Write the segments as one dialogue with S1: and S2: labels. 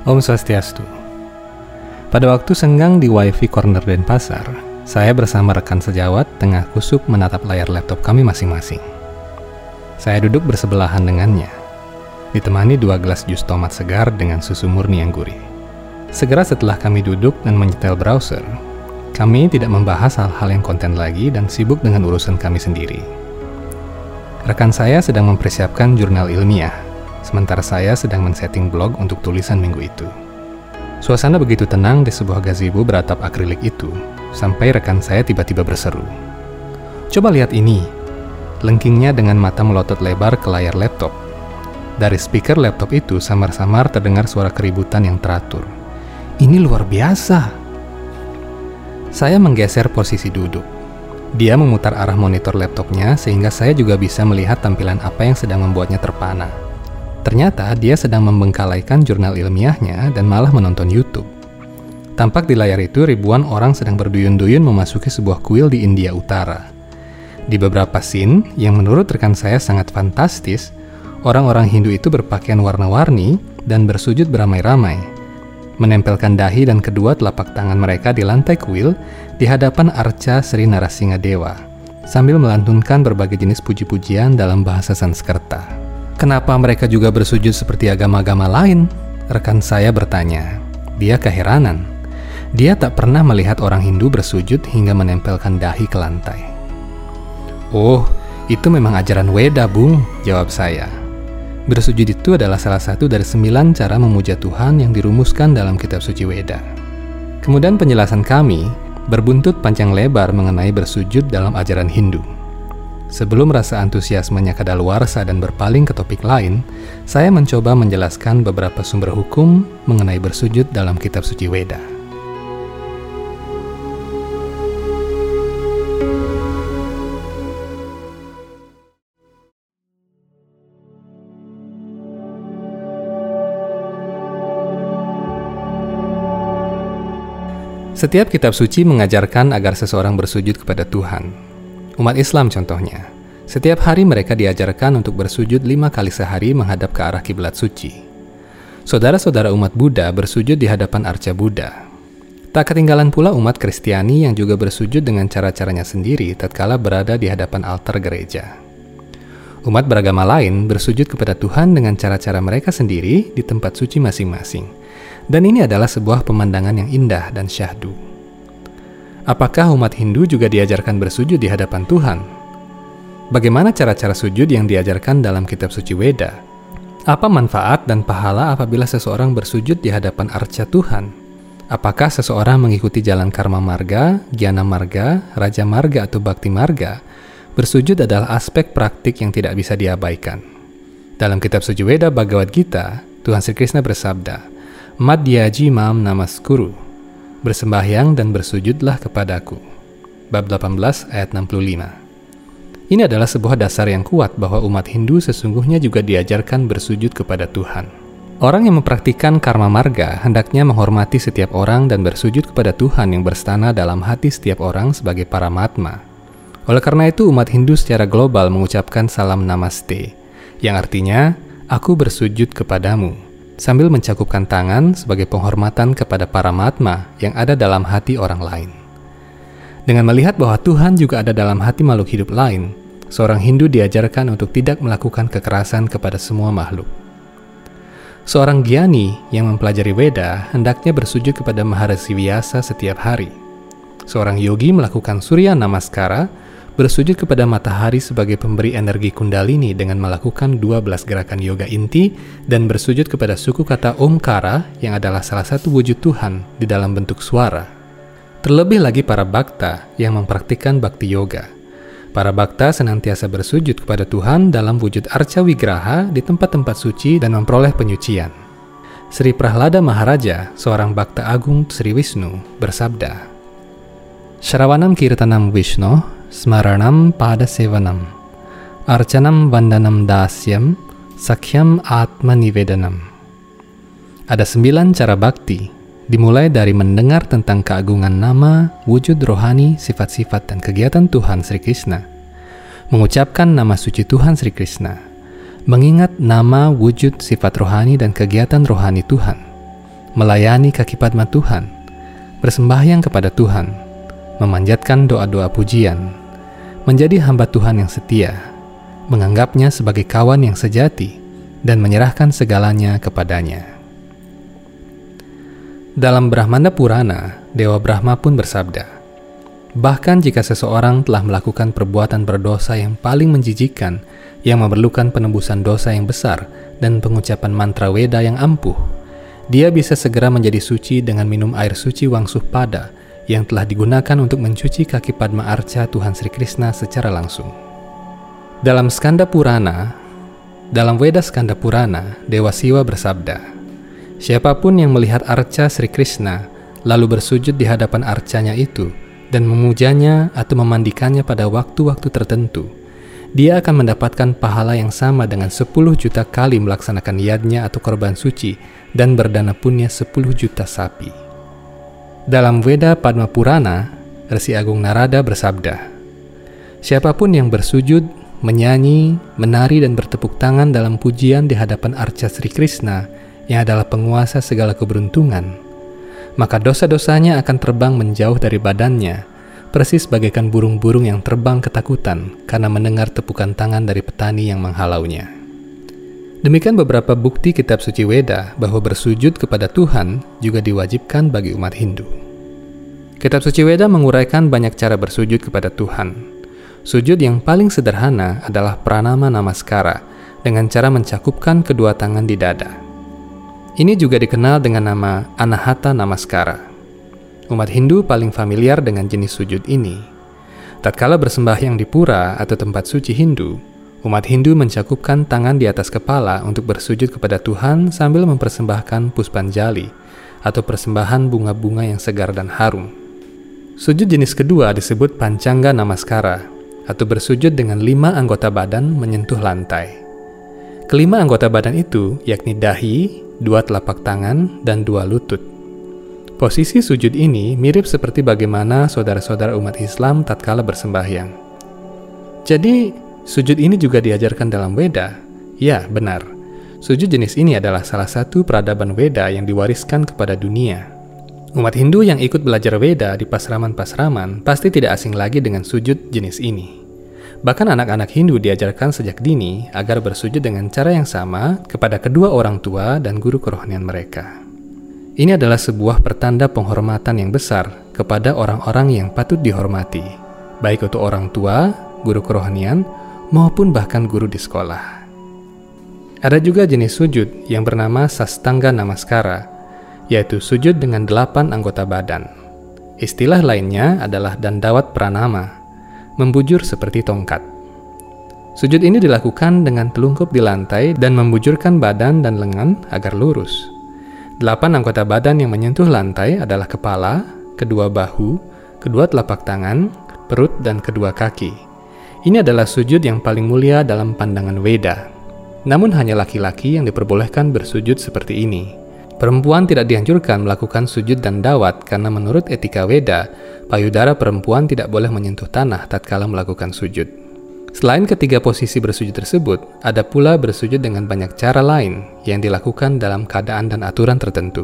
S1: Om Swastiastu. Pada waktu senggang di Wifi Corner Denpasar, saya bersama rekan sejawat tengah kusuk menatap layar laptop kami masing-masing. Saya duduk bersebelahan dengannya, ditemani 2 gelas jus tomat segar dengan susu murni yang gurih. Segera setelah kami duduk dan menyetel browser, kami tidak membahas hal-hal yang konten lagi dan sibuk dengan urusan kami sendiri. Rekan saya sedang mempersiapkan jurnal ilmiah, sementara saya sedang men-setting blog untuk tulisan minggu itu. Suasana begitu tenang di sebuah gazebo beratap akrilik itu, sampai rekan saya tiba-tiba berseru, "Coba lihat ini!" Lengkingnya dengan mata melotot lebar ke layar laptop. Dari speaker laptop itu samar-samar terdengar suara keributan yang teratur. "Ini luar biasa!" Saya menggeser posisi duduk. Dia memutar arah monitor laptopnya sehingga saya juga bisa melihat tampilan apa yang sedang membuatnya terpana. Ternyata dia sedang membengkalaikan jurnal ilmiahnya dan malah menonton YouTube. Tampak di layar itu ribuan orang sedang berduyun-duyun memasuki sebuah kuil di India Utara. Di beberapa scene yang menurut rekan saya sangat fantastis, orang-orang Hindu itu berpakaian warna-warni dan bersujud beramai-ramai, menempelkan dahi dan kedua telapak tangan mereka di lantai kuil di hadapan arca Sri Narasingha Dewa, sambil melantunkan berbagai jenis puji-pujian dalam bahasa Sanskerta. "Kenapa mereka juga bersujud seperti agama-agama lain?" rekan saya bertanya. Dia keheranan. Dia tak pernah melihat orang Hindu bersujud hingga menempelkan dahi ke lantai. "Oh, itu memang ajaran Weda, Bung," jawab saya. Bersujud itu adalah salah satu dari 9 cara memuja Tuhan yang dirumuskan dalam kitab suci Weda. Kemudian penjelasan kami berbuntut panjang lebar mengenai bersujud dalam ajaran Hindu. Sebelum rasa antusiasmenya kadaluarsa dan berpaling ke topik lain, saya mencoba menjelaskan beberapa sumber hukum mengenai bersujud dalam kitab suci Weda. Setiap kitab suci mengajarkan agar seseorang bersujud kepada Tuhan. Umat Islam contohnya, setiap hari mereka diajarkan untuk bersujud 5 kali sehari menghadap ke arah kiblat suci. Saudara-saudara umat Buddha bersujud di hadapan arca Buddha. Tak ketinggalan pula umat Kristiani yang juga bersujud dengan cara-caranya sendiri tatkala berada di hadapan altar gereja. Umat beragama lain bersujud kepada Tuhan dengan cara-cara mereka sendiri di tempat suci masing-masing. Dan ini adalah sebuah pemandangan yang indah dan syahdu. Apakah umat Hindu juga diajarkan bersujud di hadapan Tuhan? Bagaimana cara-cara sujud yang diajarkan dalam kitab suci Weda? Apa manfaat dan pahala apabila seseorang bersujud di hadapan arca Tuhan? Apakah seseorang mengikuti jalan karma marga, gyana marga, raja marga atau bakti marga? Bersujud adalah aspek praktik yang tidak bisa diabaikan. Dalam kitab suci Weda Bhagavad Gita, Tuhan Sri Krishna bersabda, "Madhyaji mam namaskuru." Bersembahyang dan bersujudlah kepadaku. Bab 18 ayat 65. Ini adalah sebuah dasar yang kuat bahwa umat Hindu sesungguhnya juga diajarkan bersujud kepada Tuhan. Orang yang mempraktikkan karma marga hendaknya menghormati setiap orang dan bersujud kepada Tuhan yang berstana dalam hati setiap orang sebagai Paramatma. Oleh karena itu umat Hindu secara global mengucapkan salam namaste, yang artinya, "Aku bersujud kepadamu," sambil mencakupkan tangan sebagai penghormatan kepada Paramatma yang ada dalam hati orang lain. Dengan melihat bahwa Tuhan juga ada dalam hati makhluk hidup lain, seorang Hindu diajarkan untuk tidak melakukan kekerasan kepada semua makhluk. Seorang gyani yang mempelajari Weda hendaknya bersujud kepada Maharishi Vyasa setiap hari. Seorang yogi melakukan Surya Namaskara, bersujud kepada matahari sebagai pemberi energi kundalini dengan melakukan 12 gerakan yoga inti dan bersujud kepada suku kata Omkara yang adalah salah satu wujud Tuhan di dalam bentuk suara. Terlebih lagi para bhakta yang mempraktikkan bhakti yoga. Para bhakta senantiasa bersujud kepada Tuhan dalam wujud arca wigraha di tempat-tempat suci dan memperoleh penyucian. Sri Prahlada Maharaja, seorang bhakta agung Sri Wisnu, bersabda, "Shravanam kirtanam Vishnu, Smaranam pada sevanam, Arcanam vandanam dasyam, Sakhyam atma nivedanam." Ada 9 cara bakti, dimulai dari mendengar tentang keagungan nama, wujud rohani, sifat-sifat dan kegiatan Tuhan Sri Krishna, mengucapkan nama suci Tuhan Sri Krishna, mengingat nama, wujud, sifat rohani dan kegiatan rohani Tuhan, melayani kaki padma Tuhan, bersembahyang kepada Tuhan, memanjatkan doa-doa pujian, menjadi hamba Tuhan yang setia, menganggapnya sebagai kawan yang sejati, dan menyerahkan segalanya kepadanya. Dalam Brahmana Purana, Dewa Brahma pun bersabda, bahkan jika seseorang telah melakukan perbuatan berdosa yang paling menjijikkan, yang memerlukan penebusan dosa yang besar dan pengucapan mantra Weda yang ampuh, dia bisa segera menjadi suci dengan minum air suci Wangsupada yang telah digunakan untuk mencuci kaki Padma Arca Tuhan Sri Krishna secara langsung. Dalam Weda Skanda Purana, Dewa Siwa bersabda, siapapun yang melihat arca Sri Krishna lalu bersujud di hadapan arcanya itu dan memujanya atau memandikannya pada waktu-waktu tertentu, dia akan mendapatkan pahala yang sama dengan 10 juta kali melaksanakan yadnya atau korban suci dan berdana punya 10 juta sapi. Dalam Weda Padma Purana, Resi Agung Narada bersabda, siapapun yang bersujud, menyanyi, menari dan bertepuk tangan dalam pujian di hadapan arca Sri Krishna yang adalah penguasa segala keberuntungan, maka dosa-dosanya akan terbang menjauh dari badannya, persis bagaikan burung-burung yang terbang ketakutan karena mendengar tepukan tangan dari petani yang menghalaunya. Demikian beberapa bukti kitab suci Weda bahwa bersujud kepada Tuhan juga diwajibkan bagi umat Hindu. Kitab suci Weda menguraikan banyak cara bersujud kepada Tuhan. Sujud yang paling sederhana adalah pranama namaskara dengan cara mencakupkan kedua tangan di dada. Ini juga dikenal dengan nama Anahata Namaskara. Umat Hindu paling familiar dengan jenis sujud ini. Tatkala bersembahyang di pura atau tempat suci Hindu, umat Hindu mencakupkan tangan di atas kepala untuk bersujud kepada Tuhan sambil mempersembahkan puspanjali atau persembahan bunga-bunga yang segar dan harum. Sujud jenis kedua disebut Pancanga Namaskara atau bersujud dengan 5 anggota badan menyentuh lantai. Kelima anggota badan itu yakni dahi, 2 telapak tangan, dan 2 lutut. Posisi sujud ini mirip seperti bagaimana saudara-saudara umat Islam tatkala bersembahyang. Jadi, sujud ini juga diajarkan dalam Weda? Ya, benar. Sujud jenis ini adalah salah satu peradaban Weda yang diwariskan kepada dunia. Umat Hindu yang ikut belajar Weda di pasraman-pasraman pasti tidak asing lagi dengan sujud jenis ini. Bahkan anak-anak Hindu diajarkan sejak dini agar bersujud dengan cara yang sama kepada kedua orang tua dan guru kerohanian mereka. Ini adalah sebuah pertanda penghormatan yang besar kepada orang-orang yang patut dihormati, baik itu orang tua, guru kerohanian, maupun bahkan guru di sekolah. Ada juga jenis sujud yang bernama Sastanga Namaskara, yaitu sujud dengan 8 anggota badan. Istilah lainnya adalah Dandawat Pranama, membujur seperti tongkat. Sujud ini dilakukan dengan telungkup di lantai dan membujurkan badan dan lengan agar lurus. 8 anggota badan yang menyentuh lantai adalah kepala, kedua bahu, kedua telapak tangan, perut, dan kedua kaki. Ini adalah sujud yang paling mulia dalam pandangan Weda. Namun hanya laki-laki yang diperbolehkan bersujud seperti ini. Perempuan tidak dianjurkan melakukan sujud dan dawat karena menurut etika Weda, payudara perempuan tidak boleh menyentuh tanah tatkala melakukan sujud. Selain ketiga posisi bersujud tersebut, ada pula bersujud dengan banyak cara lain yang dilakukan dalam keadaan dan aturan tertentu.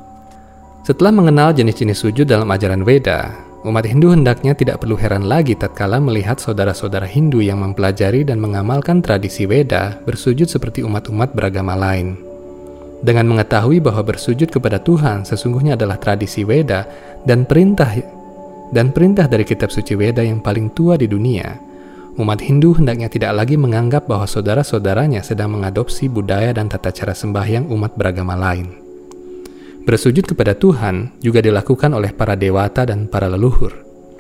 S1: Setelah mengenal jenis-jenis sujud dalam ajaran Weda, umat Hindu hendaknya tidak perlu heran lagi tatkala melihat saudara-saudara Hindu yang mempelajari dan mengamalkan tradisi Weda bersujud seperti umat-umat beragama lain. Dengan mengetahui bahwa bersujud kepada Tuhan sesungguhnya adalah tradisi Weda dan perintah dari kitab suci Weda yang paling tua di dunia, umat Hindu hendaknya tidak lagi menganggap bahwa saudara-saudaranya sedang mengadopsi budaya dan tata cara sembahyang umat beragama lain. Bersujud kepada Tuhan juga dilakukan oleh para dewata dan para leluhur.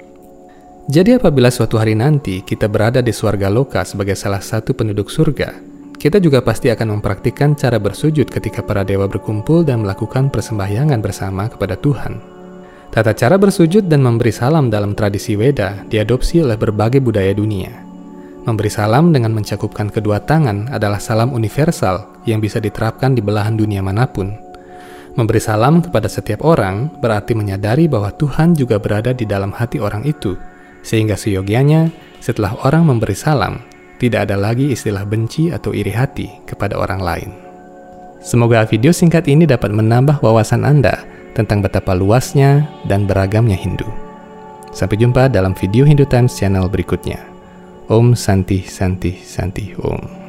S1: Jadi apabila suatu hari nanti kita berada di Swarga Loka sebagai salah satu penduduk surga, kita juga pasti akan mempraktikkan cara bersujud ketika para dewa berkumpul dan melakukan persembahyangan bersama kepada Tuhan. Tata cara bersujud dan memberi salam dalam tradisi Weda diadopsi oleh berbagai budaya dunia. Memberi salam dengan mencakupkan kedua tangan adalah salam universal yang bisa diterapkan di belahan dunia manapun. Memberi salam kepada setiap orang berarti menyadari bahwa Tuhan juga berada di dalam hati orang itu, sehingga seyogianya setelah orang memberi salam, tidak ada lagi istilah benci atau iri hati kepada orang lain. Semoga video singkat ini dapat menambah wawasan Anda tentang betapa luasnya dan beragamnya Hindu. Sampai jumpa dalam video Hindu Times channel berikutnya. Om Santi Santi Santi Om.